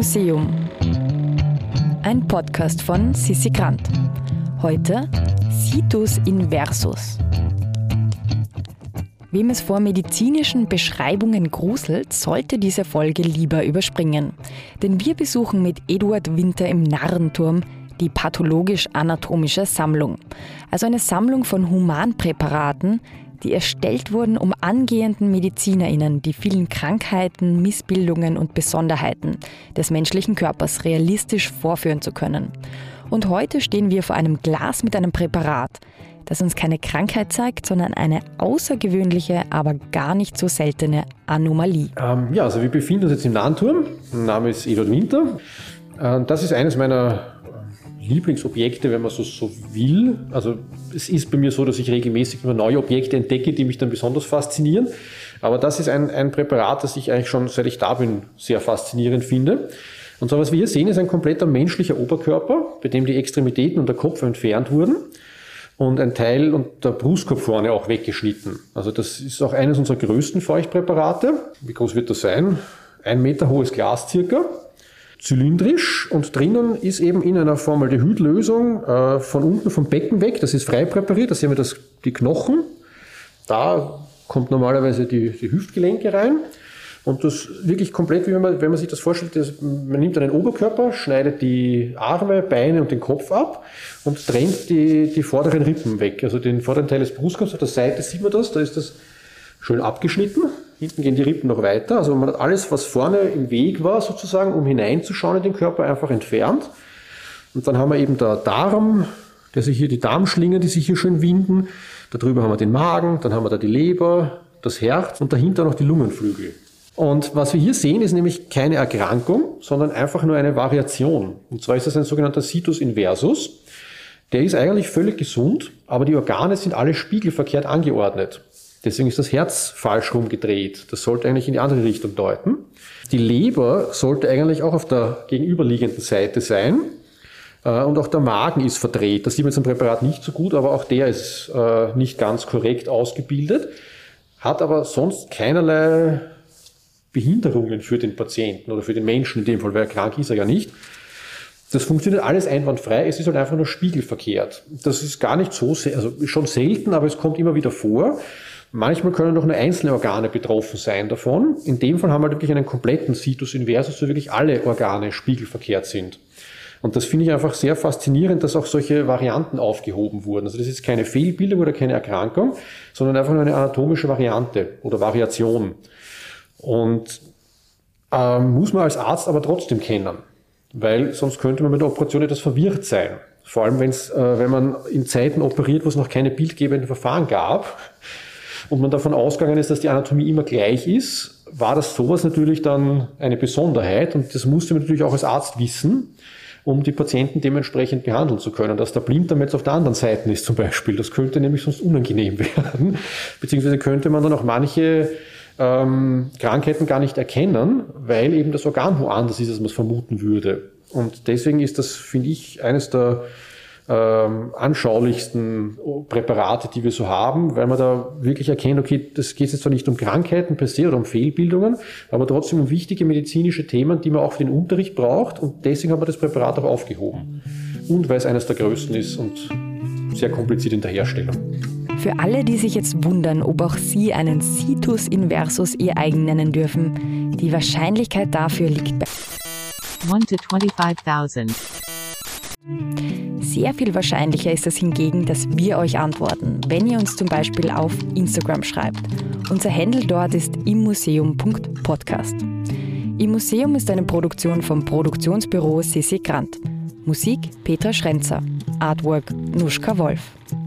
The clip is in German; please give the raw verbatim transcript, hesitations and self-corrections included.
Museum. Ein Podcast von Sissi Grant. Heute Situs inversus. Wem es vor medizinischen Beschreibungen gruselt, sollte diese Folge lieber überspringen. Denn wir besuchen mit Eduard Winter im Narrenturm die pathologisch-anatomische Sammlung. Also eine Sammlung von Humanpräparaten, die erstellt wurden, um angehenden MedizinerInnen die vielen Krankheiten, Missbildungen und Besonderheiten des menschlichen Körpers realistisch vorführen zu können. Und heute stehen wir vor einem Glas mit einem Präparat, das uns keine Krankheit zeigt, sondern eine außergewöhnliche, aber gar nicht so seltene Anomalie. Ähm, ja, also wir befinden uns jetzt im Narrenturm. Mein Name ist Eduard Winter. Äh, das ist eines meiner Lieblingsobjekte, wenn man so, so will. Also es ist bei mir so, dass ich regelmäßig immer neue Objekte entdecke, die mich dann besonders faszinieren. Aber das ist ein, ein Präparat, das ich eigentlich schon, seit ich da bin, sehr faszinierend finde. Und so, was wir hier sehen, ist ein kompletter menschlicher Oberkörper, bei dem die Extremitäten und der Kopf entfernt wurden und ein Teil und der Brustkorb vorne auch weggeschnitten. Also das ist auch eines unserer größten Feuchtpräparate. Wie groß wird das sein? Ein Meter hohes Glas circa. Zylindrisch, und drinnen ist eben in einer Formaldehydlösung äh, von unten vom Becken weg, das ist frei präpariert, da sehen wir das, die Knochen, da kommt normalerweise die, die Hüftgelenke rein und das wirklich komplett, wie man, wenn man sich das vorstellt, das, man nimmt einen Oberkörper, schneidet die Arme, Beine und den Kopf ab und trennt die, die vorderen Rippen weg, also den vorderen Teil des Brustkorbs, auf der Seite sieht man das, da ist das schön abgeschnitten. Hinten gehen die Rippen noch weiter. Also man hat alles, was vorne im Weg war, sozusagen, um hineinzuschauen in den Körper, einfach entfernt. Und dann haben wir eben der Darm, der sich hier, die Darmschlingen, die sich hier schön winden. Darüber haben wir den Magen, dann haben wir da die Leber, das Herz und dahinter noch die Lungenflügel. Und was wir hier sehen, ist nämlich keine Erkrankung, sondern einfach nur eine Variation. Und zwar ist das ein sogenannter Situs inversus. Der ist eigentlich völlig gesund, aber die Organe sind alle spiegelverkehrt angeordnet. Deswegen ist das Herz falsch rumgedreht. Das sollte eigentlich in die andere Richtung deuten. Die Leber sollte eigentlich auch auf der gegenüberliegenden Seite sein. Und auch der Magen ist verdreht. Das sieht man jetzt im Präparat nicht so gut, aber auch der ist nicht ganz korrekt ausgebildet. Hat aber sonst keinerlei Behinderungen für den Patienten oder für den Menschen in dem Fall, weil krank ist er ja nicht. Das funktioniert alles einwandfrei. Es ist halt einfach nur spiegelverkehrt. Das ist gar nicht so, also schon selten, aber es kommt immer wieder vor. Manchmal können doch nur einzelne Organe betroffen sein davon. In dem Fall haben wir wirklich einen kompletten Situs inversus, wo wirklich alle Organe spiegelverkehrt sind. Und das finde ich einfach sehr faszinierend, dass auch solche Varianten aufgehoben wurden. Also das ist keine Fehlbildung oder keine Erkrankung, sondern einfach nur eine anatomische Variante oder Variation. Und äh, muss man als Arzt aber trotzdem kennen, weil sonst könnte man mit der Operation etwas verwirrt sein. Vor allem, wenn's, äh, wenn man in Zeiten operiert, wo es noch keine bildgebenden Verfahren gab, und man davon ausgegangen ist, dass die Anatomie immer gleich ist, war das sowas natürlich dann eine Besonderheit. Und das musste man natürlich auch als Arzt wissen, um die Patienten dementsprechend behandeln zu können. Dass der Blinddarm jetzt auf der anderen Seite ist zum Beispiel, das könnte nämlich sonst unangenehm werden. Beziehungsweise könnte man dann auch manche ähm, Krankheiten gar nicht erkennen, weil eben das Organ woanders ist, als man es vermuten würde. Und deswegen ist das, finde ich, eines der Ähm, anschaulichsten Präparate, die wir so haben, weil man da wirklich erkennt, okay, das geht jetzt zwar nicht um Krankheiten per se oder um Fehlbildungen, aber trotzdem um wichtige medizinische Themen, die man auch für den Unterricht braucht, und deswegen haben wir das Präparat auch aufgehoben. Und weil es eines der größten ist und sehr kompliziert in der Herstellung. Für alle, die sich jetzt wundern, ob auch Sie einen Situs inversus Ihr eigen nennen dürfen, die Wahrscheinlichkeit dafür liegt bei one to twenty-five thousand. Sehr viel wahrscheinlicher ist es hingegen, dass wir euch antworten, wenn ihr uns zum Beispiel auf Instagram schreibt. Unser Handle dort ist immuseum punkt podcast. Im Museum ist eine Produktion vom Produktionsbüro Sissi Grant. Musik Petra Schrenzer. Artwork Nuschka Wolf.